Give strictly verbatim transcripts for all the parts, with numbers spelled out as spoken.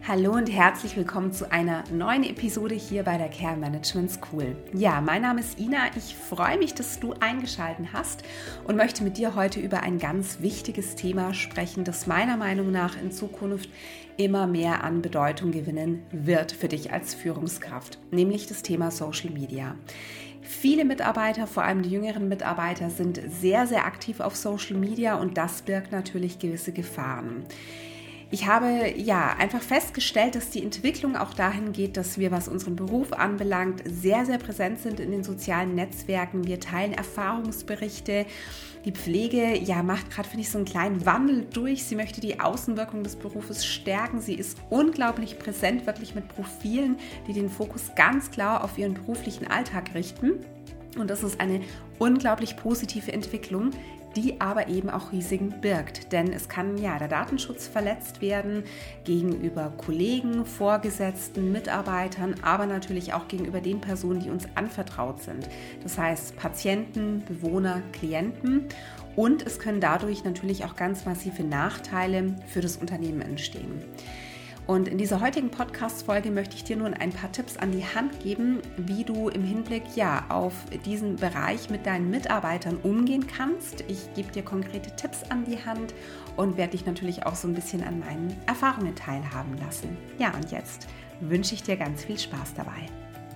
Hallo und herzlich willkommen zu einer neuen Episode hier bei der Care Management School. Ja, mein Name ist Ina. Ich freue mich, dass du eingeschaltet hast und möchte mit dir heute über ein ganz wichtiges Thema sprechen, das meiner Meinung nach in Zukunft immer mehr an Bedeutung gewinnen wird für dich als Führungskraft, nämlich das Thema Social Media. Viele Mitarbeiter, vor allem die jüngeren Mitarbeiter, sind sehr, sehr aktiv auf Social Media und das birgt natürlich gewisse Gefahren. Ich habe ja einfach festgestellt, dass die Entwicklung auch dahin geht, dass wir, was unseren Beruf anbelangt, sehr, sehr präsent sind in den sozialen Netzwerken. Wir teilen Erfahrungsberichte. Die Pflege ja, macht gerade, finde ich, so einen kleinen Wandel durch. Sie möchte die Außenwirkung des Berufes stärken. Sie ist unglaublich präsent, wirklich mit Profilen, die den Fokus ganz klar auf ihren beruflichen Alltag richten. Und das ist eine unglaublich positive Entwicklung, die aber eben auch Risiken birgt. Denn es kann ja der Datenschutz verletzt werden gegenüber Kollegen, Vorgesetzten, Mitarbeitern, aber natürlich auch gegenüber den Personen, die uns anvertraut sind. Das heißt Patienten, Bewohner, Klienten. Und es können dadurch natürlich auch ganz massive Nachteile für das Unternehmen entstehen. Und in dieser heutigen Podcast-Folge möchte ich dir nun ein paar Tipps an die Hand geben, wie du im Hinblick ja, auf diesen Bereich mit deinen Mitarbeitern umgehen kannst. Ich gebe dir konkrete Tipps an die Hand und werde dich natürlich auch so ein bisschen an meinen Erfahrungen teilhaben lassen. Ja, und jetzt wünsche ich dir ganz viel Spaß dabei.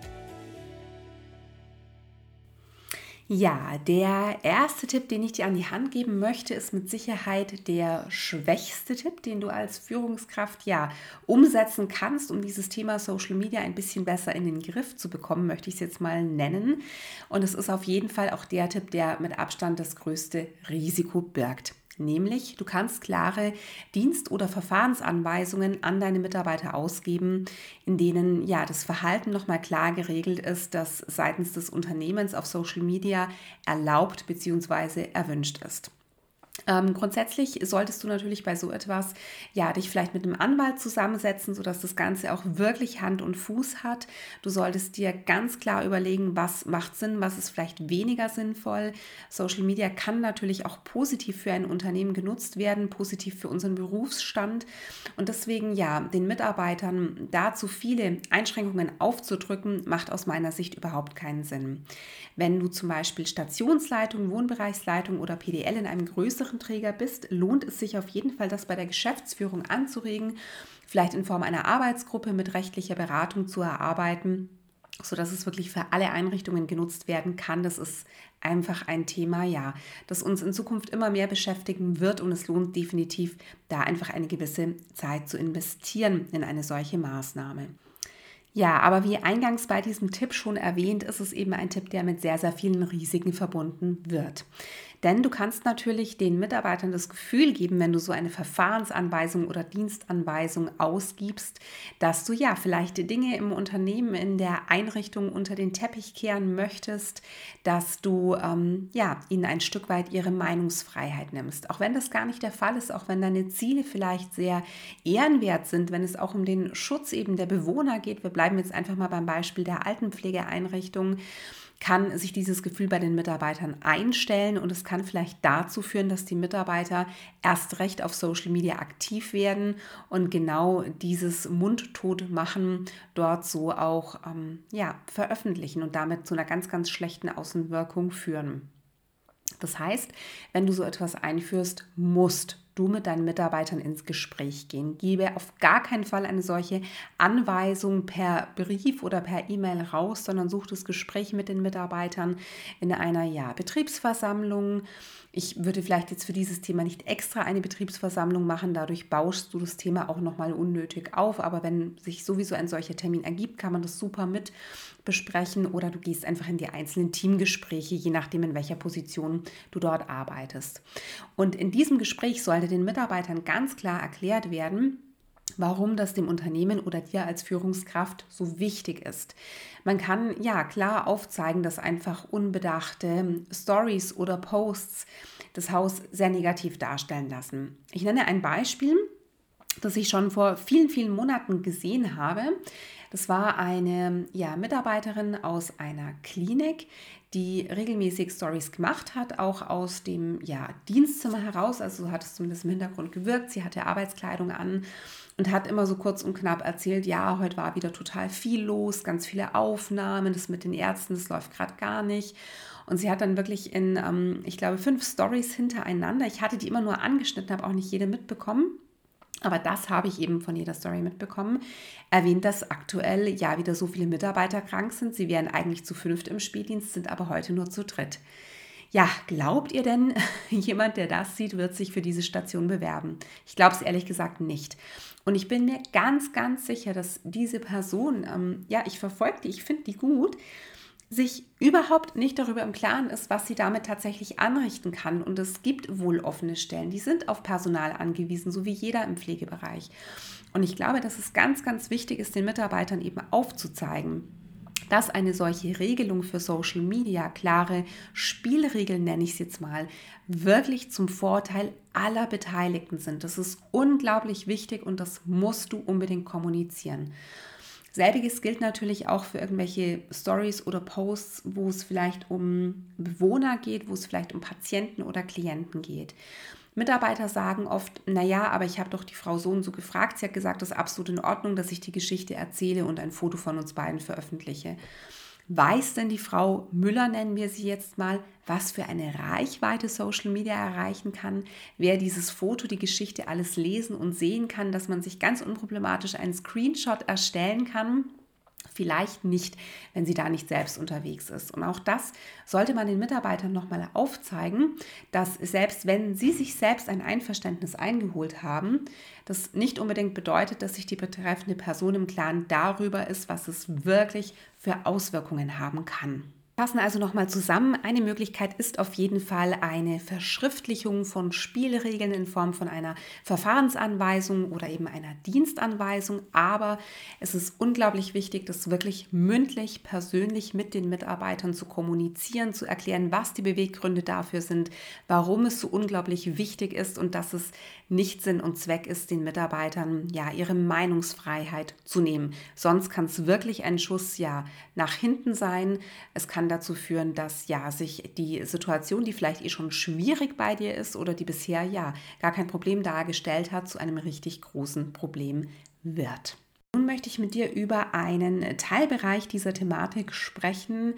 Ja, der erste Tipp, den ich dir an die Hand geben möchte, ist mit Sicherheit der schwächste Tipp, den du als Führungskraft ja umsetzen kannst, um dieses Thema Social Media ein bisschen besser in den Griff zu bekommen, möchte ich es jetzt mal nennen. Und es ist auf jeden Fall auch der Tipp, der mit Abstand das größte Risiko birgt. Nämlich, du kannst klare Dienst- oder Verfahrensanweisungen an deine Mitarbeiter ausgeben, in denen ja das Verhalten nochmal klar geregelt ist, das seitens des Unternehmens auf Social Media erlaubt bzw. erwünscht ist. Ähm, grundsätzlich solltest du natürlich bei so etwas ja dich vielleicht mit einem Anwalt zusammensetzen, sodass das Ganze auch wirklich Hand und Fuß hat. Du solltest dir ganz klar überlegen, was macht Sinn, was ist vielleicht weniger sinnvoll. Social Media kann natürlich auch positiv für ein Unternehmen genutzt werden, positiv für unseren Berufsstand und deswegen ja, den Mitarbeitern dazu viele Einschränkungen aufzudrücken, macht aus meiner Sicht überhaupt keinen Sinn. Wenn du zum Beispiel Stationsleitung, Wohnbereichsleitung oder P D L in einem größeren Träger bist, lohnt es sich auf jeden Fall, das bei der Geschäftsführung anzuregen, vielleicht in Form einer Arbeitsgruppe mit rechtlicher Beratung zu erarbeiten, sodass es wirklich für alle Einrichtungen genutzt werden kann. Das ist einfach ein Thema, ja, das uns in Zukunft immer mehr beschäftigen wird und es lohnt definitiv, da einfach eine gewisse Zeit zu investieren in eine solche Maßnahme. Ja, aber wie eingangs bei diesem Tipp schon erwähnt, ist es eben ein Tipp, der mit sehr, sehr vielen Risiken verbunden wird. Denn du kannst natürlich den Mitarbeitern das Gefühl geben, wenn du so eine Verfahrensanweisung oder Dienstanweisung ausgibst, dass du ja vielleicht die Dinge im Unternehmen, in der Einrichtung unter den Teppich kehren möchtest, dass du ähm, ja, ihnen ein Stück weit ihre Meinungsfreiheit nimmst. Auch wenn das gar nicht der Fall ist, auch wenn deine Ziele vielleicht sehr ehrenwert sind, wenn es auch um den Schutz eben der Bewohner geht. Wir bleiben jetzt einfach mal beim Beispiel der Altenpflegeeinrichtung. Kann sich dieses Gefühl bei den Mitarbeitern einstellen und es kann vielleicht dazu führen, dass die Mitarbeiter erst recht auf Social Media aktiv werden und genau dieses Mundtot machen, dort so auch ähm, ja, veröffentlichen und damit zu einer ganz, ganz schlechten Außenwirkung führen. Das heißt, wenn du so etwas einführst, musst du mit deinen Mitarbeitern ins Gespräch gehen. Gebe auf gar keinen Fall eine solche Anweisung per Brief oder per E-Mail raus, sondern such das Gespräch mit den Mitarbeitern in einer ja, Betriebsversammlung. Ich würde vielleicht jetzt für dieses Thema nicht extra eine Betriebsversammlung machen, dadurch bauschst du das Thema auch nochmal unnötig auf, aber wenn sich sowieso ein solcher Termin ergibt, kann man das super mit besprechen oder du gehst einfach in die einzelnen Teamgespräche, je nachdem in welcher Position du dort arbeitest. Und in diesem Gespräch sollte den Mitarbeitern ganz klar erklärt werden, warum das dem Unternehmen oder dir als Führungskraft so wichtig ist. Man kann ja klar aufzeigen, dass einfach unbedachte Stories oder Posts das Haus sehr negativ darstellen lassen. Ich nenne ein Beispiel, das ich schon vor vielen, vielen Monaten gesehen habe. Das war eine ja, Mitarbeiterin aus einer Klinik, die regelmäßig Stories gemacht hat, auch aus dem ja, Dienstzimmer heraus. Also so hat es zumindest im Hintergrund gewirkt. Sie hatte Arbeitskleidung an und hat immer so kurz und knapp erzählt, ja, heute war wieder total viel los, ganz viele Aufnahmen, das mit den Ärzten, das läuft gerade gar nicht. Und sie hat dann wirklich in, ähm, ich glaube, fünf Storys hintereinander, ich hatte die immer nur angeschnitten, habe auch nicht jede mitbekommen, aber das habe ich eben von jeder Story mitbekommen, erwähnt, dass aktuell ja wieder so viele Mitarbeiter krank sind. Sie wären eigentlich zu fünft im Spätdienst, sind aber heute nur zu dritt. Ja, glaubt ihr denn, jemand, der das sieht, wird sich für diese Station bewerben? Ich glaube es ehrlich gesagt nicht. Und ich bin mir ganz, ganz sicher, dass diese Person, ähm, ja, ich verfolge die, ich finde die gut, sich überhaupt nicht darüber im Klaren ist, was sie damit tatsächlich anrichten kann. Und es gibt wohl offene Stellen, die sind auf Personal angewiesen, so wie jeder im Pflegebereich. Und ich glaube, dass es ganz, ganz wichtig ist, den Mitarbeitern eben aufzuzeigen, dass eine solche Regelung für Social Media, klare Spielregeln nenne ich es jetzt mal, wirklich zum Vorteil aller Beteiligten sind. Das ist unglaublich wichtig und das musst du unbedingt kommunizieren. Selbiges gilt natürlich auch für irgendwelche Stories oder Posts, wo es vielleicht um Bewohner geht, wo es vielleicht um Patienten oder Klienten geht. Mitarbeiter sagen oft, naja, aber ich habe doch die Frau so und so gefragt. Sie hat gesagt, es ist absolut in Ordnung, dass ich die Geschichte erzähle und ein Foto von uns beiden veröffentliche. Weiß denn die Frau Müller, nennen wir sie jetzt mal, was für eine Reichweite Social Media erreichen kann? Wer dieses Foto, die Geschichte alles lesen und sehen kann, dass man sich ganz unproblematisch einen Screenshot erstellen kann? Vielleicht nicht, wenn sie da nicht selbst unterwegs ist. Und auch das sollte man den Mitarbeitern nochmal aufzeigen, dass selbst wenn sie sich selbst ein Einverständnis eingeholt haben, das nicht unbedingt bedeutet, dass sich die betreffende Person im Klaren darüber ist, was es wirklich für Auswirkungen haben kann. Fassen also nochmal zusammen. Eine Möglichkeit ist auf jeden Fall eine Verschriftlichung von Spielregeln in Form von einer Verfahrensanweisung oder eben einer Dienstanweisung. Aber es ist unglaublich wichtig, das wirklich mündlich, persönlich mit den Mitarbeitern zu kommunizieren, zu erklären, was die Beweggründe dafür sind, warum es so unglaublich wichtig ist und dass es nicht Sinn und Zweck ist, den Mitarbeitern ja ihre Meinungsfreiheit zu nehmen. Sonst kann es wirklich ein Schuss ja nach hinten sein. Es kann dazu führen, dass ja sich die Situation, die vielleicht eh schon schwierig bei dir ist oder die bisher ja gar kein Problem dargestellt hat, zu einem richtig großen Problem wird. Nun möchte ich mit dir über einen Teilbereich dieser Thematik sprechen,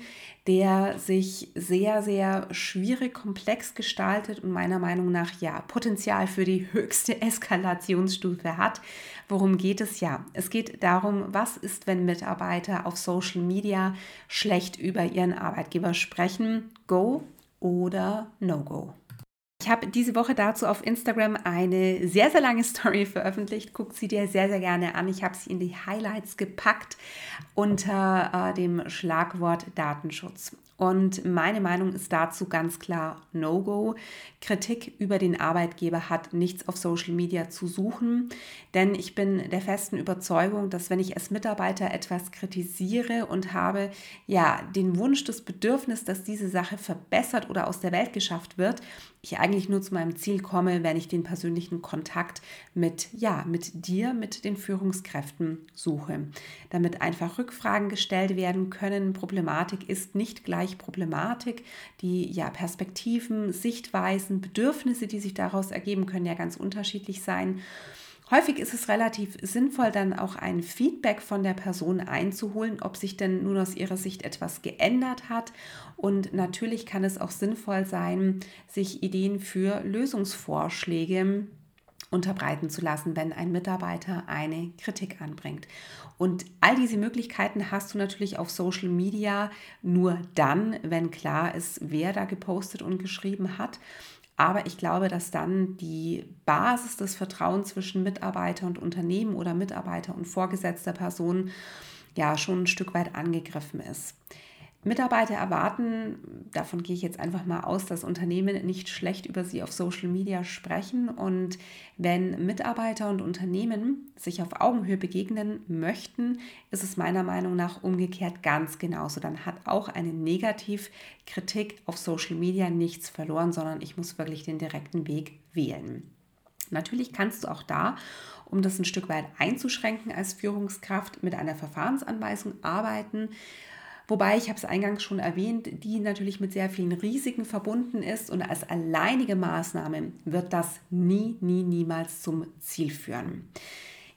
der sich sehr, sehr schwierig, komplex gestaltet und meiner Meinung nach ja Potenzial für die höchste Eskalationsstufe hat. Worum geht es? Ja, es geht darum, was ist, wenn Mitarbeiter auf Social Media schlecht über ihren Arbeitgeber sprechen? Go oder No-Go? Ich habe diese Woche dazu auf Instagram eine sehr, sehr lange Story veröffentlicht. Guckt sie dir sehr, sehr gerne an. Ich habe sie in die Highlights gepackt unter äh, dem Schlagwort Datenschutz. Und meine Meinung ist dazu ganz klar No-Go. Kritik über den Arbeitgeber hat nichts auf Social Media zu suchen, denn ich bin der festen Überzeugung, dass wenn ich als Mitarbeiter etwas kritisiere und habe ja den Wunsch, das Bedürfnis, dass diese Sache verbessert oder aus der Welt geschafft wird, ich eigentlich nur zu meinem Ziel komme, wenn ich den persönlichen Kontakt mit, ja, mit dir, mit den Führungskräften suche. Damit einfach Rückfragen gestellt werden können. Problematik ist nicht gleich Problematik. Die ja, Perspektiven, Sichtweisen, Bedürfnisse, die sich daraus ergeben, können ja ganz unterschiedlich sein. Häufig ist es relativ sinnvoll, dann auch ein Feedback von der Person einzuholen, ob sich denn nun aus ihrer Sicht etwas geändert hat. Und natürlich kann es auch sinnvoll sein, sich Ideen für Lösungsvorschläge unterbreiten zu lassen, wenn ein Mitarbeiter eine Kritik anbringt. Und all diese Möglichkeiten hast du natürlich auf Social Media nur dann, wenn klar ist, wer da gepostet und geschrieben hat. Aber ich glaube, dass dann die Basis des Vertrauens zwischen Mitarbeiter und Unternehmen oder Mitarbeiter und vorgesetzter Person ja schon ein Stück weit angegriffen ist. Mitarbeiter erwarten, davon gehe ich jetzt einfach mal aus, dass Unternehmen nicht schlecht über sie auf Social Media sprechen. Und wenn Mitarbeiter und Unternehmen sich auf Augenhöhe begegnen möchten, ist es meiner Meinung nach umgekehrt ganz genauso. Dann hat auch eine Negativkritik auf Social Media nichts verloren, sondern ich muss wirklich den direkten Weg wählen. Natürlich kannst du auch da, um das ein Stück weit einzuschränken als Führungskraft, mit einer Verfahrensanweisung arbeiten. Wobei, ich habe es eingangs schon erwähnt, die natürlich mit sehr vielen Risiken verbunden ist und als alleinige Maßnahme wird das nie, nie, niemals zum Ziel führen.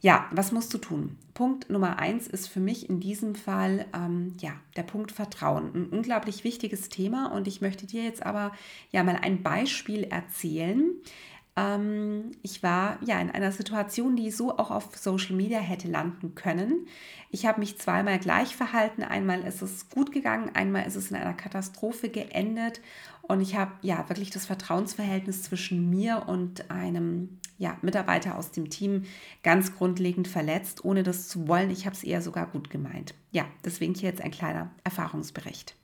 Ja, was musst du tun? Punkt Nummer eins ist für mich in diesem Fall ähm, ja, der Punkt Vertrauen. Ein unglaublich wichtiges Thema und ich möchte dir jetzt aber ja mal ein Beispiel erzählen. Ähm, ich war ja in einer Situation, die so auch auf Social Media hätte landen können. Ich habe mich zweimal gleich verhalten. Einmal ist es gut gegangen, einmal ist es in einer Katastrophe geendet. Und ich habe ja wirklich das Vertrauensverhältnis zwischen mir und einem ja, Mitarbeiter aus dem Team ganz grundlegend verletzt, ohne das zu wollen. Ich habe es eher sogar gut gemeint. Ja, deswegen hier jetzt ein kleiner Erfahrungsbericht.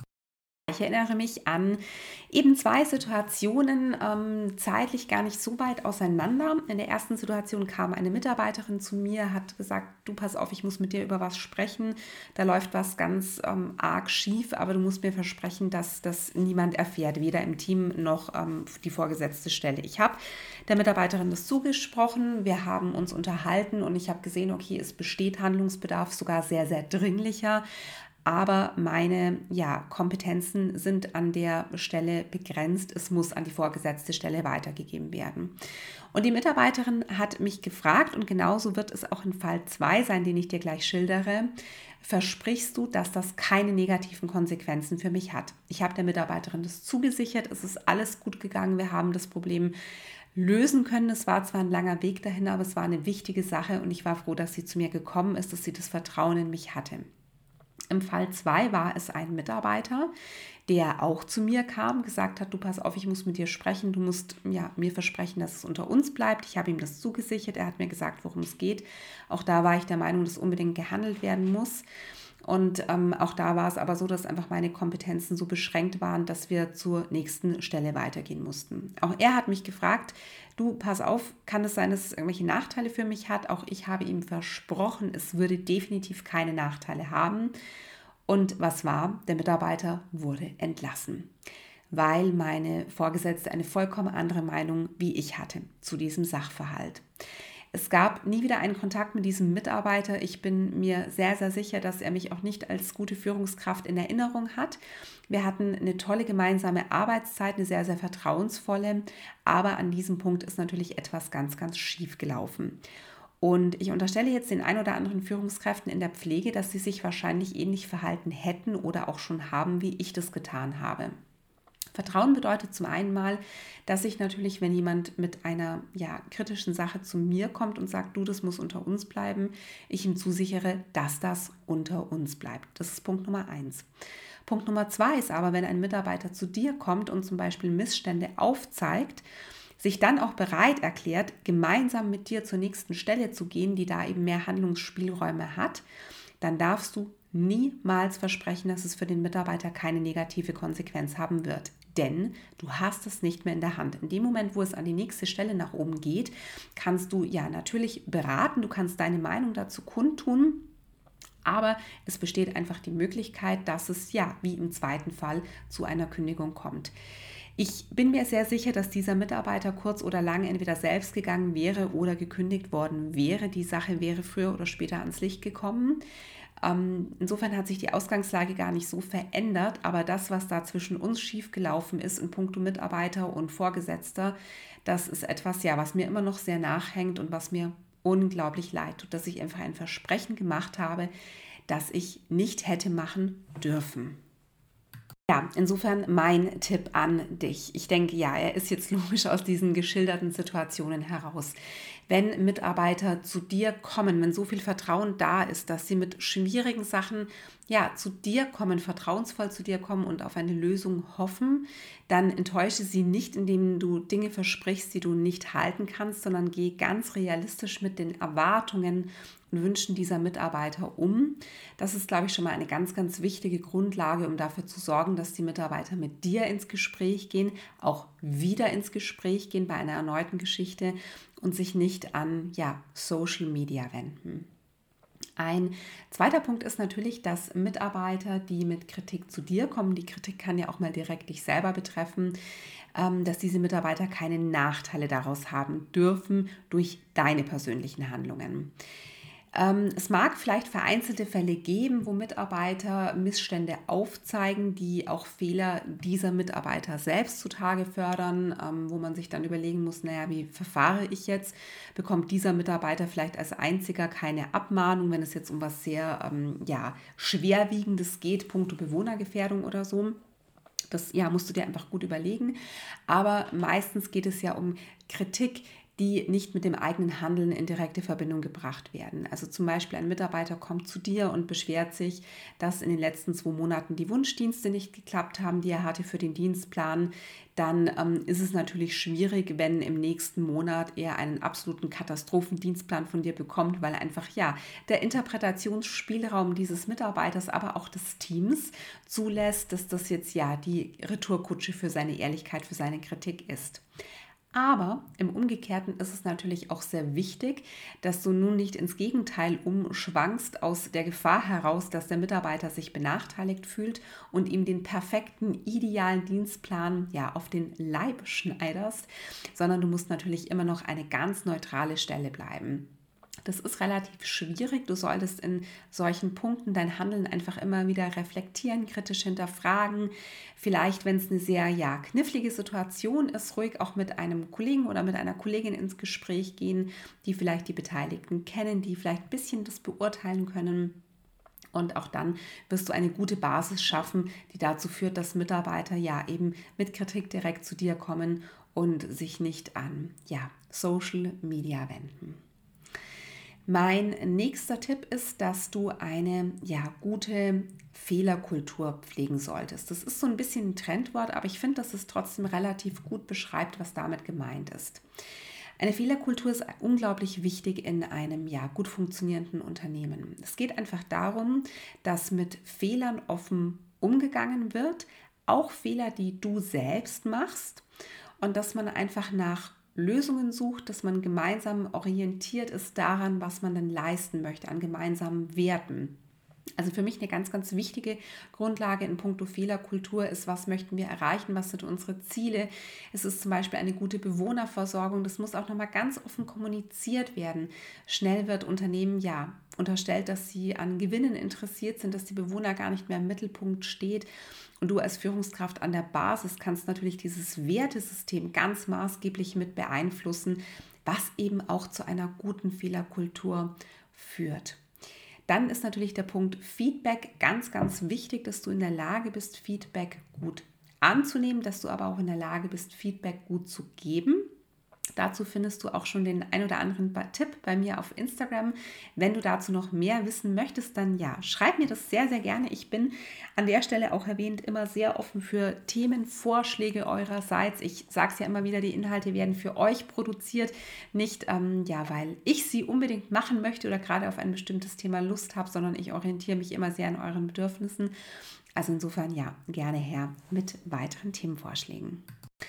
Ich erinnere mich an eben zwei Situationen, ähm, zeitlich gar nicht so weit auseinander. In der ersten Situation kam eine Mitarbeiterin zu mir, hat gesagt, du pass auf, ich muss mit dir über was sprechen. Da läuft was ganz ähm, arg schief, aber du musst mir versprechen, dass das niemand erfährt, weder im Team noch ähm, die vorgesetzte Stelle. Ich habe der Mitarbeiterin das zugesprochen, wir haben uns unterhalten und ich habe gesehen, okay, es besteht Handlungsbedarf, sogar sehr, sehr dringlicher. Aber meine ja, Kompetenzen sind an der Stelle begrenzt. Es muss an die vorgesetzte Stelle weitergegeben werden. Und die Mitarbeiterin hat mich gefragt, und genauso wird es auch in Fall zwei sein, den ich dir gleich schildere, versprichst du, dass das keine negativen Konsequenzen für mich hat? Ich habe der Mitarbeiterin das zugesichert, es ist alles gut gegangen, wir haben das Problem lösen können. Es war zwar ein langer Weg dahin, aber es war eine wichtige Sache und ich war froh, dass sie zu mir gekommen ist, dass sie das Vertrauen in mich hatte. Im Fall zwei war es ein Mitarbeiter, der auch zu mir kam, gesagt hat, du pass auf, ich muss mit dir sprechen, du musst ja, mir versprechen, dass es unter uns bleibt. Ich habe ihm das zugesichert, er hat mir gesagt, worum es geht. Auch da war ich der Meinung, dass unbedingt gehandelt werden muss. Und ähm, auch da war es aber so, dass einfach meine Kompetenzen so beschränkt waren, dass wir zur nächsten Stelle weitergehen mussten. Auch er hat mich gefragt, du, pass auf, kann es sein, dass es irgendwelche Nachteile für mich hat? Auch ich habe ihm versprochen, es würde definitiv keine Nachteile haben. Und was war? Der Mitarbeiter wurde entlassen, weil meine Vorgesetzte eine vollkommen andere Meinung wie ich hatte zu diesem Sachverhalt. Es gab nie wieder einen Kontakt mit diesem Mitarbeiter. Ich bin mir sehr, sehr sicher, dass er mich auch nicht als gute Führungskraft in Erinnerung hat. Wir hatten eine tolle gemeinsame Arbeitszeit, eine sehr, sehr vertrauensvolle. Aber an diesem Punkt ist natürlich etwas ganz, ganz schief gelaufen. Und ich unterstelle jetzt den ein oder anderen Führungskräften in der Pflege, dass sie sich wahrscheinlich ähnlich verhalten hätten oder auch schon haben, wie ich das getan habe. Vertrauen bedeutet zum einen mal, dass ich natürlich, wenn jemand mit einer ja, kritischen Sache zu mir kommt und sagt, du, das muss unter uns bleiben, ich ihm zusichere, dass das unter uns bleibt. Das ist Punkt Nummer eins. Punkt Nummer zwei ist aber, wenn ein Mitarbeiter zu dir kommt und zum Beispiel Missstände aufzeigt, sich dann auch bereit erklärt, gemeinsam mit dir zur nächsten Stelle zu gehen, die da eben mehr Handlungsspielräume hat, dann darfst du niemals versprechen, dass es für den Mitarbeiter keine negative Konsequenz haben wird. Denn du hast es nicht mehr in der Hand. In dem Moment, wo es an die nächste Stelle nach oben geht, kannst du ja natürlich beraten, du kannst deine Meinung dazu kundtun, aber es besteht einfach die Möglichkeit, dass es ja, wie im zweiten Fall, zu einer Kündigung kommt. Ich bin mir sehr sicher, dass dieser Mitarbeiter kurz oder lang entweder selbst gegangen wäre oder gekündigt worden wäre. Die Sache wäre früher oder später ans Licht gekommen. Insofern hat sich die Ausgangslage gar nicht so verändert, aber das, was da zwischen uns schiefgelaufen ist in puncto Mitarbeiter und Vorgesetzter, das ist etwas, ja, was mir immer noch sehr nachhängt und was mir unglaublich leid tut, dass ich einfach ein Versprechen gemacht habe, das ich nicht hätte machen dürfen. Ja, insofern mein Tipp an dich. Ich denke, ja, er ist jetzt logisch aus diesen geschilderten Situationen heraus. Wenn Mitarbeiter zu dir kommen, wenn so viel Vertrauen da ist, dass sie mit schwierigen Sachen ja, zu dir kommen, vertrauensvoll zu dir kommen und auf eine Lösung hoffen, dann enttäusche sie nicht, indem du Dinge versprichst, die du nicht halten kannst, sondern geh ganz realistisch mit den Erwartungen und Wünschen dieser Mitarbeiter um. Das ist, glaube ich, schon mal eine ganz, ganz wichtige Grundlage, um dafür zu sorgen, dass die Mitarbeiter mit dir ins Gespräch gehen, auch wieder ins Gespräch gehen bei einer erneuten Geschichte und sich nicht an ja, Social Media wenden. Ein zweiter Punkt ist natürlich, dass Mitarbeiter, die mit Kritik zu dir kommen, die Kritik kann ja auch mal direkt dich selber betreffen, dass diese Mitarbeiter keine Nachteile daraus haben dürfen durch deine persönlichen Handlungen. Ähm, es mag vielleicht vereinzelte Fälle geben, wo Mitarbeiter Missstände aufzeigen, die auch Fehler dieser Mitarbeiter selbst zutage fördern, ähm, wo man sich dann überlegen muss, naja, wie verfahre ich jetzt? Bekommt dieser Mitarbeiter vielleicht als einziger keine Abmahnung, wenn es jetzt um was sehr ähm, ja, Schwerwiegendes geht, puncto Bewohnergefährdung oder so? Das ja, musst du dir einfach gut überlegen. Aber meistens geht es ja um Kritik, die nicht mit dem eigenen Handeln in direkte Verbindung gebracht werden. Also zum Beispiel ein Mitarbeiter kommt zu dir und beschwert sich, dass in den letzten zwei Monaten die Wunschdienste nicht geklappt haben, die er hatte für den Dienstplan. Dann ähm, ist es natürlich schwierig, wenn im nächsten Monat er einen absoluten Katastrophendienstplan von dir bekommt, weil einfach ja der Interpretationsspielraum dieses Mitarbeiters, aber auch des Teams zulässt, dass das jetzt ja die Retourkutsche für seine Ehrlichkeit, für seine Kritik ist. Aber im Umgekehrten ist es natürlich auch sehr wichtig, dass du nun nicht ins Gegenteil umschwankst aus der Gefahr heraus, dass der Mitarbeiter sich benachteiligt fühlt und ihm den perfekten, idealen Dienstplan ja auf den Leib schneiderst, sondern du musst natürlich immer noch eine ganz neutrale Stelle bleiben. Das ist relativ schwierig. Du solltest in solchen Punkten dein Handeln einfach immer wieder reflektieren, kritisch hinterfragen. Vielleicht, wenn es eine sehr ja, knifflige Situation ist, ruhig auch mit einem Kollegen oder mit einer Kollegin ins Gespräch gehen, die vielleicht die Beteiligten kennen, die vielleicht ein bisschen das beurteilen können. Und auch dann wirst du eine gute Basis schaffen, die dazu führt, dass Mitarbeiter ja eben mit Kritik direkt zu dir kommen und sich nicht an ja, Social Media wenden. Mein nächster Tipp ist, dass du eine ja, gute Fehlerkultur pflegen solltest. Das ist so ein bisschen ein Trendwort, aber ich finde, dass es trotzdem relativ gut beschreibt, was damit gemeint ist. Eine Fehlerkultur ist unglaublich wichtig in einem ja, gut funktionierenden Unternehmen. Es geht einfach darum, dass mit Fehlern offen umgegangen wird, auch Fehler, die du selbst machst, und dass man einfach nach Lösungen sucht, dass man gemeinsam orientiert ist daran, was man denn leisten möchte, an gemeinsamen Werten. Also für mich eine ganz, ganz wichtige Grundlage in puncto Fehlerkultur ist, was möchten wir erreichen, was sind unsere Ziele. Es ist zum Beispiel eine gute Bewohnerversorgung, das muss auch nochmal ganz offen kommuniziert werden. Schnell wird Unternehmen ja unterstellt, dass sie an Gewinnen interessiert sind, dass die Bewohner gar nicht mehr im Mittelpunkt steht. Und du als Führungskraft an der Basis kannst natürlich dieses Wertesystem ganz maßgeblich mit beeinflussen, was eben auch zu einer guten Fehlerkultur führt. Dann ist natürlich der Punkt Feedback ganz, ganz wichtig, dass du in der Lage bist, Feedback gut anzunehmen, dass du aber auch in der Lage bist, Feedback gut zu geben. Dazu findest du auch schon den ein oder anderen Tipp bei mir auf Instagram. Wenn du dazu noch mehr wissen möchtest, dann ja, schreib mir das sehr, sehr gerne. Ich bin an der Stelle auch erwähnt immer sehr offen für Themenvorschläge eurerseits. Ich sage es ja immer wieder, die Inhalte werden für euch produziert. Nicht, ähm, ja, weil ich sie unbedingt machen möchte oder gerade auf ein bestimmtes Thema Lust habe, sondern ich orientiere mich immer sehr an euren Bedürfnissen. Also insofern ja, gerne her mit weiteren Themenvorschlägen.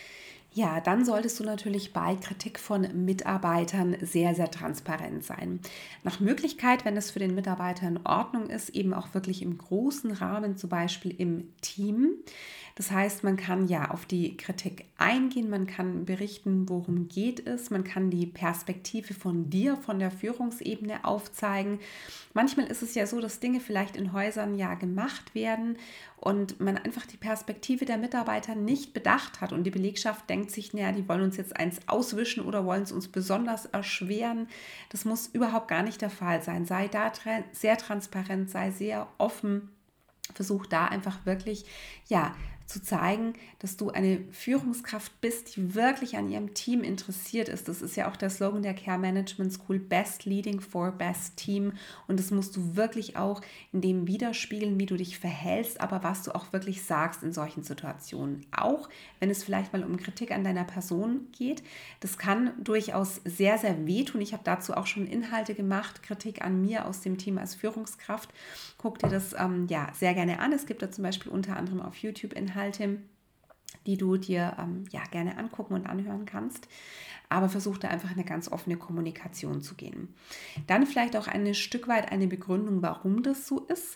Ja, dann solltest du natürlich bei Kritik von Mitarbeitern sehr, sehr transparent sein. Nach Möglichkeit, wenn es für den Mitarbeiter in Ordnung ist, eben auch wirklich im großen Rahmen, zum Beispiel im Team. Das heißt, man kann ja auf die Kritik eingehen, man kann berichten, worum geht es, man kann die Perspektive von dir, von der Führungsebene aufzeigen. Manchmal ist es ja so, dass Dinge vielleicht in Häusern ja gemacht werden und man einfach die Perspektive der Mitarbeiter nicht bedacht hat und die Belegschaft denkt sich, naja, die wollen uns jetzt eins auswischen oder wollen es uns besonders erschweren. Das muss überhaupt gar nicht der Fall sein. Sei da tra- sehr transparent, sei sehr offen. Versuch da einfach wirklich, ja, zu zeigen, dass du eine Führungskraft bist, die wirklich an ihrem Team interessiert ist. Das ist ja auch der Slogan der Care Management School, Best Leading for Best Team. Und das musst du wirklich auch in dem widerspiegeln, wie du dich verhältst, aber was du auch wirklich sagst in solchen Situationen. Auch wenn es vielleicht mal um Kritik an deiner Person geht. Das kann durchaus sehr, sehr wehtun. Ich habe dazu auch schon Inhalte gemacht, Kritik an mir aus dem Team als Führungskraft. Guck dir das ähm, ja sehr gerne an. Es gibt da zum Beispiel unter anderem auf YouTube Inhalte, die du dir ähm, ja, gerne angucken und anhören kannst. Aber versuch da einfach eine ganz offene Kommunikation zu gehen. Dann vielleicht auch ein Stück weit eine Begründung, warum das so ist.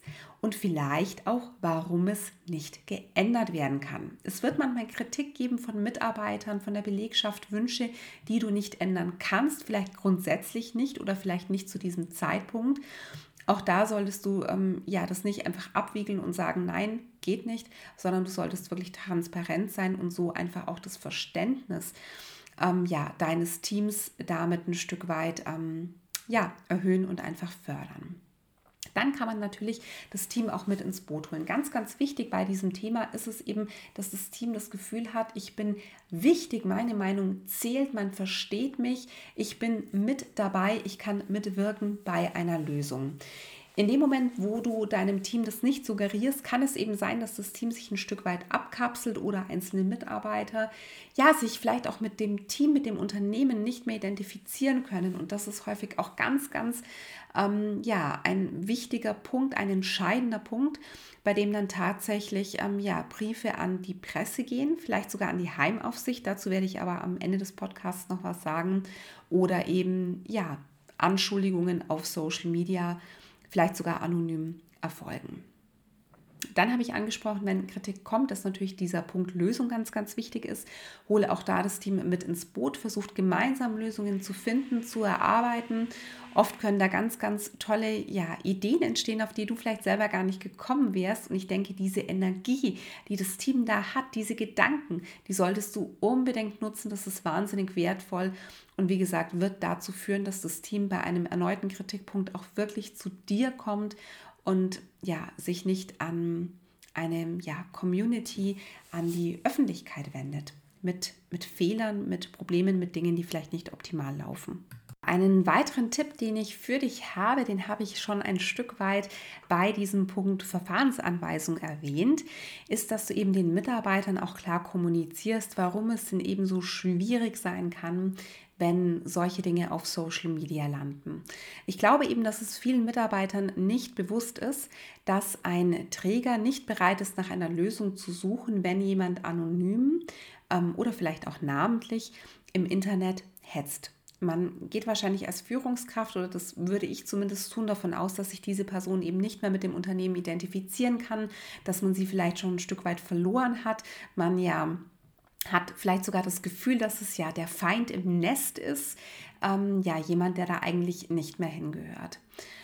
und vielleicht auch, warum es nicht geändert werden kann. Es wird manchmal Kritik geben von Mitarbeitern, von der Belegschaft, Wünsche, die du nicht ändern kannst, vielleicht grundsätzlich nicht oder vielleicht nicht zu diesem Zeitpunkt. Auch da solltest du ähm, ja das nicht einfach abwiegeln und sagen, nein, geht nicht, sondern du solltest wirklich transparent sein und so einfach auch das Verständnis ähm, ja, deines Teams damit ein Stück weit ähm, ja, erhöhen und einfach fördern. Dann kann man natürlich das Team auch mit ins Boot holen. Ganz, ganz wichtig bei diesem Thema ist es eben, dass das Team das Gefühl hat, ich bin wichtig, meine Meinung zählt, man versteht mich, ich bin mit dabei, ich kann mitwirken bei einer Lösung. In dem Moment, wo du deinem Team das nicht suggerierst, kann es eben sein, dass das Team sich ein Stück weit abkapselt oder einzelne Mitarbeiter ja sich vielleicht auch mit dem Team, mit dem Unternehmen nicht mehr identifizieren können. Und das ist häufig auch ganz, ganz ähm, ja, ein wichtiger Punkt, ein entscheidender Punkt, bei dem dann tatsächlich ähm, ja, Briefe an die Presse gehen, vielleicht sogar an die Heimaufsicht. Dazu werde ich aber am Ende des Podcasts noch was sagen. Oder eben ja, Anschuldigungen auf Social Media, vielleicht sogar anonym erfolgen. Dann habe ich angesprochen, wenn Kritik kommt, dass natürlich dieser Punkt Lösung ganz, ganz wichtig ist. Hole auch da das Team mit ins Boot, versucht gemeinsam Lösungen zu finden, zu erarbeiten. Oft können da ganz, ganz tolle ja, Ideen entstehen, auf die du vielleicht selber gar nicht gekommen wärst. Und ich denke, diese Energie, die das Team da hat, diese Gedanken, die solltest du unbedingt nutzen. Das ist wahnsinnig wertvoll. Und wie gesagt, wird dazu führen, dass das Team bei einem erneuten Kritikpunkt auch wirklich zu dir kommt und ja, sich nicht an eine ja, Community, an die Öffentlichkeit wendet. Mit, mit Fehlern, mit Problemen, mit Dingen, die vielleicht nicht optimal laufen. Einen weiteren Tipp, den ich für dich habe, den habe ich schon ein Stück weit bei diesem Punkt Verfahrensanweisung erwähnt, ist, dass du eben den Mitarbeitern auch klar kommunizierst, warum es denn eben so schwierig sein kann, wenn solche Dinge auf Social Media landen. Ich glaube eben, dass es vielen Mitarbeitern nicht bewusst ist, dass ein Träger nicht bereit ist, nach einer Lösung zu suchen, wenn jemand anonym ähm, oder vielleicht auch namentlich im Internet hetzt. Man geht wahrscheinlich als Führungskraft, oder das würde ich zumindest tun, davon aus, dass sich diese Person eben nicht mehr mit dem Unternehmen identifizieren kann, dass man sie vielleicht schon ein Stück weit verloren hat. Man ja hat vielleicht sogar das Gefühl, dass es ja der Feind im Nest ist, ähm, ja jemand, der da eigentlich nicht mehr hingehört.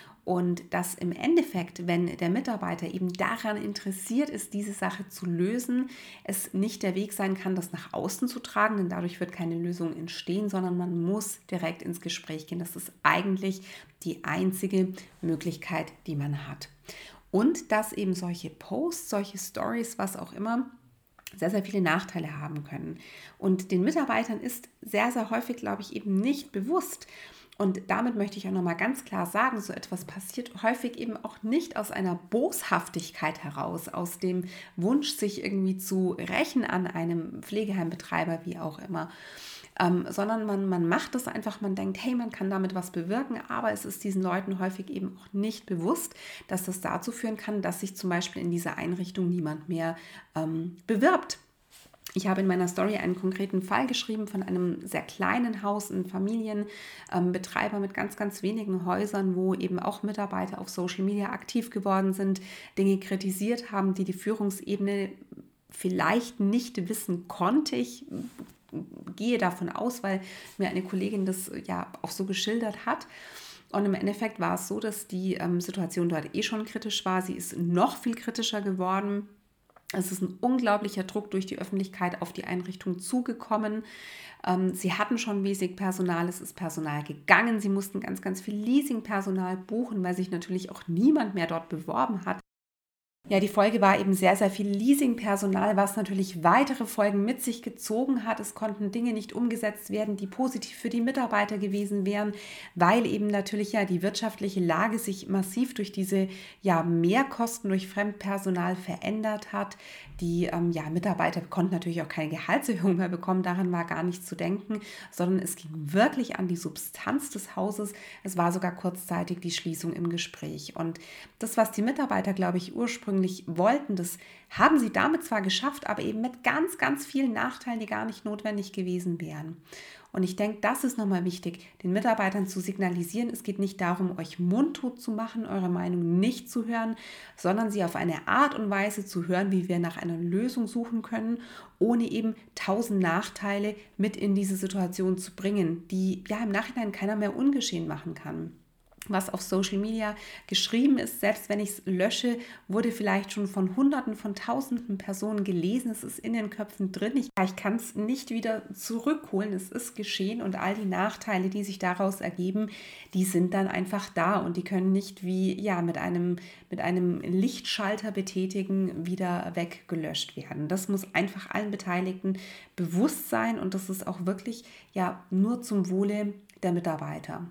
Und dass im Endeffekt, wenn der Mitarbeiter eben daran interessiert ist, diese Sache zu lösen, es nicht der Weg sein kann, das nach außen zu tragen, denn dadurch wird keine Lösung entstehen, sondern man muss direkt ins Gespräch gehen. Das ist eigentlich die einzige Möglichkeit, die man hat. Und dass eben solche Posts, solche Stories, was auch immer, sehr, sehr viele Nachteile haben können. Und den Mitarbeitern ist sehr, sehr häufig, glaube ich, eben nicht bewusst. Und damit möchte ich auch nochmal ganz klar sagen, so etwas passiert häufig eben auch nicht aus einer Boshaftigkeit heraus, aus dem Wunsch, sich irgendwie zu rächen an einem Pflegeheimbetreiber, wie auch immer. Ähm, sondern man, man macht es einfach, man denkt, hey, man kann damit was bewirken, aber es ist diesen Leuten häufig eben auch nicht bewusst, dass das dazu führen kann, dass sich zum Beispiel in dieser Einrichtung niemand mehr ähm, bewirbt. Ich habe in meiner Story einen konkreten Fall geschrieben von einem sehr kleinen Haus, ein Familienbetreiber ähm, mit ganz, ganz wenigen Häusern, wo eben auch Mitarbeiter auf Social Media aktiv geworden sind, Dinge kritisiert haben, die die Führungsebene vielleicht nicht wissen konnte. Ich gehe davon aus, weil mir eine Kollegin das ja auch so geschildert hat. Und im Endeffekt war es so, dass die ähm, Situation dort eh schon kritisch war. Sie ist noch viel kritischer geworden. Es ist ein unglaublicher Druck durch die Öffentlichkeit auf die Einrichtung zugekommen. Ähm, sie hatten schon wenig Personal, es ist Personal gegangen. Sie mussten ganz, ganz viel Leasingpersonal buchen, weil sich natürlich auch niemand mehr dort beworben hat. Ja, die Folge war eben sehr, sehr viel Leasingpersonal, was natürlich weitere Folgen mit sich gezogen hat. Es konnten Dinge nicht umgesetzt werden, die positiv für die Mitarbeiter gewesen wären, weil eben natürlich ja die wirtschaftliche Lage sich massiv durch diese ja, Mehrkosten durch Fremdpersonal verändert hat. Die ähm, ja, Mitarbeiter konnten natürlich auch keine Gehaltserhöhung mehr bekommen, daran war gar nicht zu denken, sondern es ging wirklich an die Substanz des Hauses. Es war sogar kurzzeitig die Schließung im Gespräch. Und das, was die Mitarbeiter, glaube ich, ursprünglich ursprünglich wollten. Das haben sie damit zwar geschafft, aber eben mit ganz, ganz vielen Nachteilen, die gar nicht notwendig gewesen wären. Und ich denke, das ist nochmal wichtig, den Mitarbeitern zu signalisieren. Es geht nicht darum, euch mundtot zu machen, eure Meinung nicht zu hören, sondern sie auf eine Art und Weise zu hören, wie wir nach einer Lösung suchen können, ohne eben tausend Nachteile mit in diese Situation zu bringen, die ja im Nachhinein keiner mehr ungeschehen machen kann. Was auf Social Media geschrieben ist, selbst wenn ich es lösche, wurde vielleicht schon von Hunderten, von Tausenden Personen gelesen. Es ist in den Köpfen drin. Ich, ich kann es nicht wieder zurückholen. Es ist geschehen und all die Nachteile, die sich daraus ergeben, die sind dann einfach da und die können nicht wie ja mit einem, mit einem Lichtschalter betätigen wieder weggelöscht werden. Das muss einfach allen Beteiligten bewusst sein und das ist auch wirklich ja nur zum Wohle der Mitarbeiter.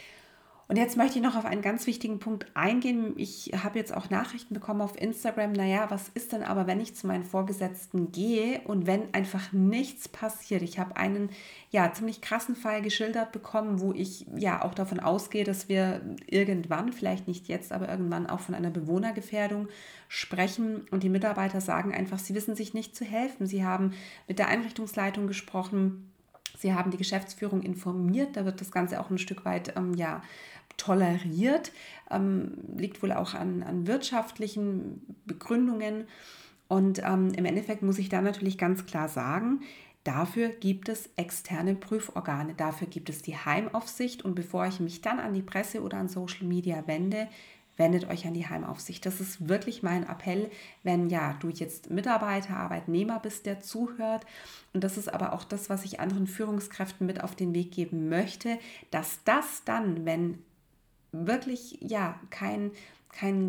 Und jetzt möchte ich noch auf einen ganz wichtigen Punkt eingehen. Ich habe jetzt auch Nachrichten bekommen auf Instagram. Naja, was ist denn aber, wenn ich zu meinen Vorgesetzten gehe und wenn einfach nichts passiert? Ich habe einen ja ziemlich krassen Fall geschildert bekommen, wo ich ja auch davon ausgehe, dass wir irgendwann, vielleicht nicht jetzt, aber irgendwann auch von einer Bewohnergefährdung sprechen. Und die Mitarbeiter sagen einfach, sie wissen sich nicht zu helfen. Sie haben mit der Einrichtungsleitung gesprochen. Sie haben die Geschäftsführung informiert. Da wird das Ganze auch ein Stück weit ähm, ja, toleriert, ähm, liegt wohl auch an, an wirtschaftlichen Begründungen. Und ähm, im Endeffekt muss ich da natürlich ganz klar sagen, dafür gibt es externe Prüforgane, dafür gibt es die Heimaufsicht. Und bevor ich mich dann an die Presse oder an Social Media wende, wendet euch an die Heimaufsicht. Das ist wirklich mein Appell, wenn ja du jetzt Mitarbeiter, Arbeitnehmer bist, der zuhört. Und das ist aber auch das, was ich anderen Führungskräften mit auf den Weg geben möchte, dass das dann, wenn wirklich ja kein, kein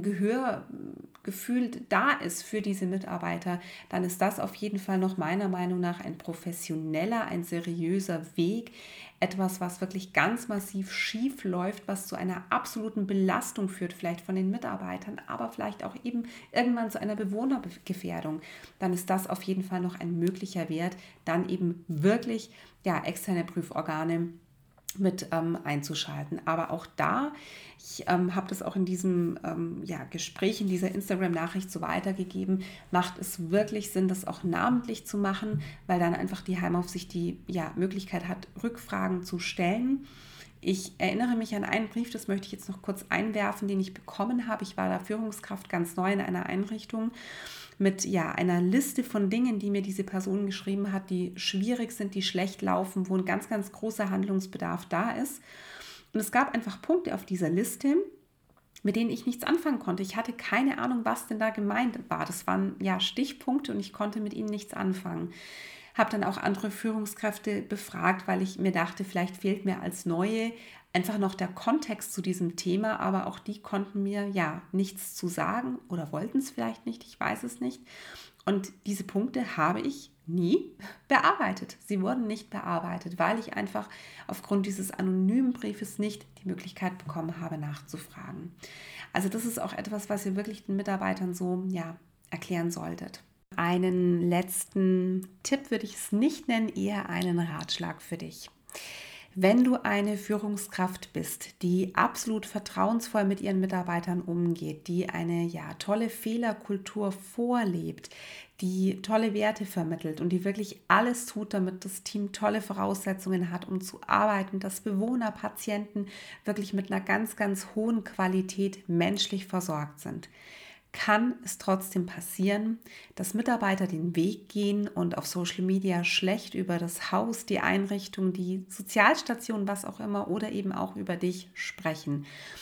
Gehörgefühl da ist für diese Mitarbeiter, dann ist das auf jeden Fall noch meiner Meinung nach ein professioneller, ein seriöser Weg. Etwas, was wirklich ganz massiv schief läuft, was zu einer absoluten Belastung führt, vielleicht von den Mitarbeitern, aber vielleicht auch eben irgendwann zu einer Bewohnergefährdung, dann ist das auf jeden Fall noch ein möglicher Wert, dann eben wirklich ja, externe Prüforgane mit ähm, einzuschalten. Aber auch da, ich ähm, habe das auch in diesem ähm, ja, Gespräch, in dieser Instagram-Nachricht so weitergegeben, macht es wirklich Sinn, das auch namentlich zu machen, weil dann einfach die Heimaufsicht die ja, Möglichkeit hat, Rückfragen zu stellen. Ich erinnere mich an einen Brief, das möchte ich jetzt noch kurz einwerfen, den ich bekommen habe. Ich war da Führungskraft ganz neu in einer Einrichtung mit ja, einer Liste von Dingen, die mir diese Person geschrieben hat, die schwierig sind, die schlecht laufen, wo ein ganz, ganz großer Handlungsbedarf da ist. Und es gab einfach Punkte auf dieser Liste, mit denen ich nichts anfangen konnte. Ich hatte keine Ahnung, was denn da gemeint war. Das waren ja Stichpunkte und ich konnte mit ihnen nichts anfangen. Habe dann auch andere Führungskräfte befragt, weil ich mir dachte, vielleicht fehlt mir als Neue einfach noch der Kontext zu diesem Thema, aber auch die konnten mir ja nichts zu sagen oder wollten es vielleicht nicht, ich weiß es nicht. Und diese Punkte habe ich nie bearbeitet. Sie wurden nicht bearbeitet, weil ich einfach aufgrund dieses anonymen Briefes nicht die Möglichkeit bekommen habe, nachzufragen. Also das ist auch etwas, was ihr wirklich den Mitarbeitern so ja, erklären solltet. Einen letzten Tipp würde ich es nicht nennen, eher einen Ratschlag für dich. Wenn du eine Führungskraft bist, die absolut vertrauensvoll mit ihren Mitarbeitern umgeht, die eine ja, tolle Fehlerkultur vorlebt, die tolle Werte vermittelt und die wirklich alles tut, damit das Team tolle Voraussetzungen hat, um zu arbeiten, dass Bewohner, Patienten wirklich mit einer ganz, ganz hohen Qualität menschlich versorgt sind, kann es trotzdem passieren, dass Mitarbeiter den Weg gehen und auf Social Media schlecht über das Haus, die Einrichtung, die Sozialstation, was auch immer oder eben auch über dich sprechen,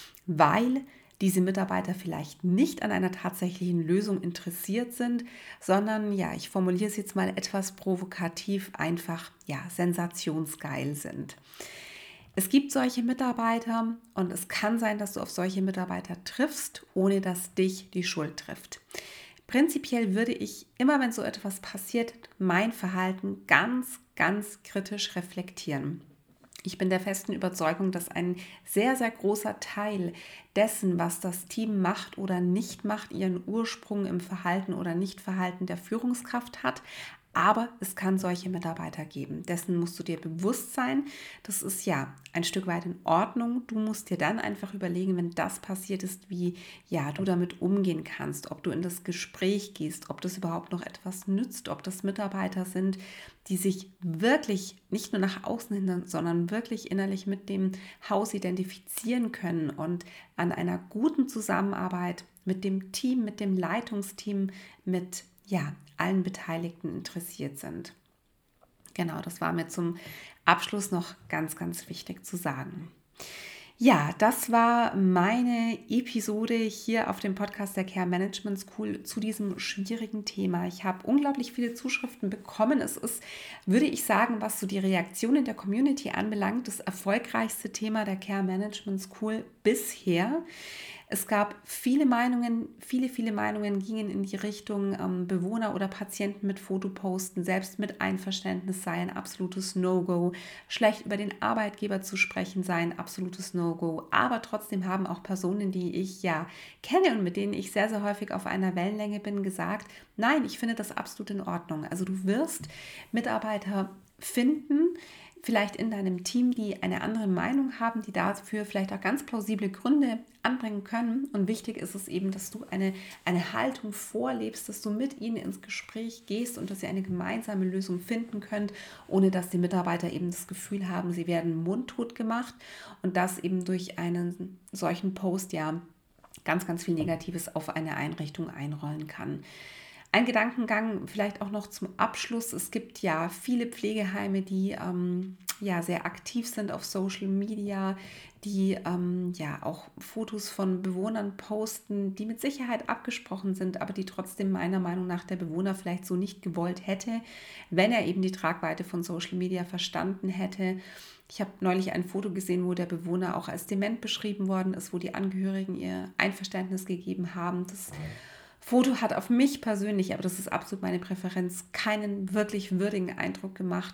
weil diese Mitarbeiter vielleicht nicht an einer tatsächlichen Lösung interessiert sind, sondern, ja, ich formuliere es jetzt mal etwas provokativ, einfach, ja, sensationsgeil sind. Es gibt solche Mitarbeiter und es kann sein, dass du auf solche Mitarbeiter triffst, ohne dass dich die Schuld trifft. Prinzipiell würde ich, immer wenn so etwas passiert, mein Verhalten ganz, ganz kritisch reflektieren. Ich bin der festen Überzeugung, dass ein sehr, sehr großer Teil dessen, was das Team macht oder nicht macht, ihren Ursprung im Verhalten oder Nichtverhalten der Führungskraft hat. Aber es kann solche Mitarbeiter geben. Dessen musst du dir bewusst sein. Das ist ja ein Stück weit in Ordnung. Du musst dir dann einfach überlegen, wenn das passiert ist, wie ja, du damit umgehen kannst, ob du in das Gespräch gehst, ob das überhaupt noch etwas nützt, ob das Mitarbeiter sind, die sich wirklich nicht nur nach außen hin, sondern wirklich innerlich mit dem Haus identifizieren können und an einer guten Zusammenarbeit mit dem Team, mit dem Leitungsteam, mit ja, allen Beteiligten interessiert sind. Genau, das war mir zum Abschluss noch ganz, ganz wichtig zu sagen. Ja, das war meine Episode hier auf dem Podcast der Care Management School zu diesem schwierigen Thema. Ich habe unglaublich viele Zuschriften bekommen. Es ist, würde ich sagen, was so die Reaktion in der Community anbelangt, das erfolgreichste Thema der Care Management School bisher. Es gab viele Meinungen, viele, viele Meinungen gingen in die Richtung, ähm, Bewohner oder Patienten mit Fotoposten, selbst mit Einverständnis sei ein absolutes No-Go, schlecht über den Arbeitgeber zu sprechen sei ein absolutes No-Go, aber trotzdem haben auch Personen, die ich ja kenne und mit denen ich sehr, sehr häufig auf einer Wellenlänge bin, gesagt, nein, ich finde das absolut in Ordnung. Also du wirst Mitarbeiter finden, vielleicht in deinem Team, die eine andere Meinung haben, die dafür vielleicht auch ganz plausible Gründe anbringen können. Und wichtig ist es eben, dass du eine, eine Haltung vorlebst, dass du mit ihnen ins Gespräch gehst und dass ihr eine gemeinsame Lösung finden könnt, ohne dass die Mitarbeiter eben das Gefühl haben, sie werden mundtot gemacht und dass eben durch einen solchen Post ja ganz, ganz viel Negatives auf eine Einrichtung einrollen kann. Ein Gedankengang vielleicht auch noch zum Abschluss. Es gibt ja viele Pflegeheime, die ähm, ja sehr aktiv sind auf Social Media, die ähm, ja auch Fotos von Bewohnern posten, die mit Sicherheit abgesprochen sind, aber die trotzdem meiner Meinung nach der Bewohner vielleicht so nicht gewollt hätte, wenn er eben die Tragweite von Social Media verstanden hätte. Ich habe neulich ein Foto gesehen, wo der Bewohner auch als dement beschrieben worden ist, wo die Angehörigen ihr Einverständnis gegeben haben. Das Foto hat auf mich persönlich, aber das ist absolut meine Präferenz, keinen wirklich würdigen Eindruck gemacht.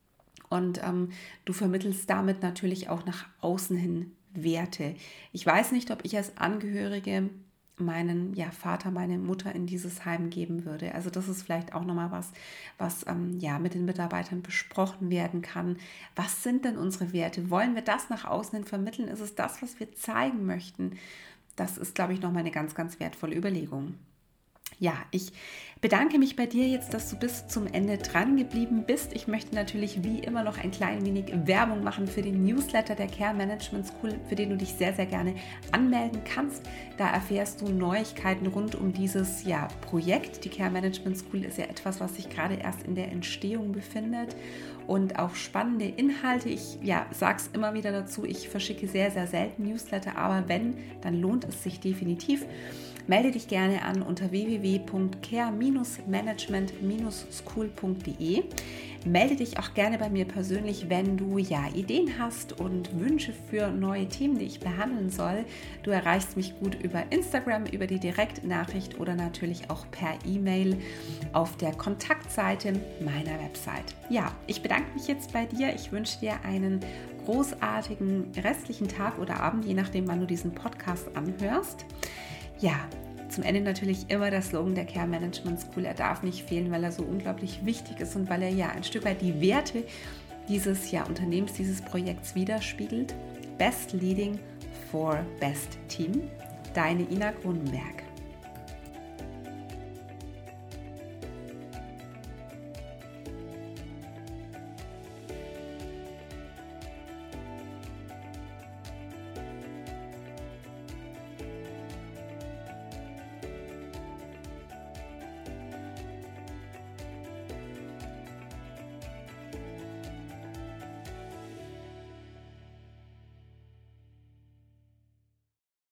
Und ähm, du vermittelst damit natürlich auch nach außen hin Werte. Ich weiß nicht, ob ich als Angehörige meinen ja, Vater, meine Mutter in dieses Heim geben würde. Also das ist vielleicht auch nochmal was, was ähm, ja, mit den Mitarbeitern besprochen werden kann. Was sind denn unsere Werte? Wollen wir das nach außen hin vermitteln? Ist es das, was wir zeigen möchten? Das ist, glaube ich, nochmal eine ganz, ganz wertvolle Überlegung. Ja, ich bedanke mich bei dir jetzt, dass du bis zum Ende dran geblieben bist. Ich möchte natürlich wie immer noch ein klein wenig Werbung machen für den Newsletter der Care Management School, für den du dich sehr, sehr gerne anmelden kannst. Da erfährst du Neuigkeiten rund um dieses ja, Projekt. Die Care Management School ist ja etwas, was sich gerade erst in der Entstehung befindet. Und auch spannende Inhalte. Ich ja, sage es immer wieder dazu, ich verschicke sehr, sehr selten Newsletter, aber wenn, dann lohnt es sich definitiv. Melde dich gerne an unter w w w punkt care management school punkt d e. Melde dich auch gerne bei mir persönlich, wenn du ja Ideen hast und Wünsche für neue Themen, die ich behandeln soll. Du erreichst mich gut über Instagram, über die Direktnachricht oder natürlich auch per E-Mail auf der Kontaktseite meiner Website. Ja, ich bedanke mich jetzt bei dir. Ich wünsche dir einen großartigen restlichen Tag oder Abend, je nachdem, wann du diesen Podcast anhörst. Ja, zum Ende natürlich immer der Slogan der Care Management School. Er darf nicht fehlen, weil er so unglaublich wichtig ist und weil er ja ein Stück weit die Werte dieses ja, Unternehmens, dieses Projekts widerspiegelt. Best Leading for Best Team. Deine Ina Grunenberg.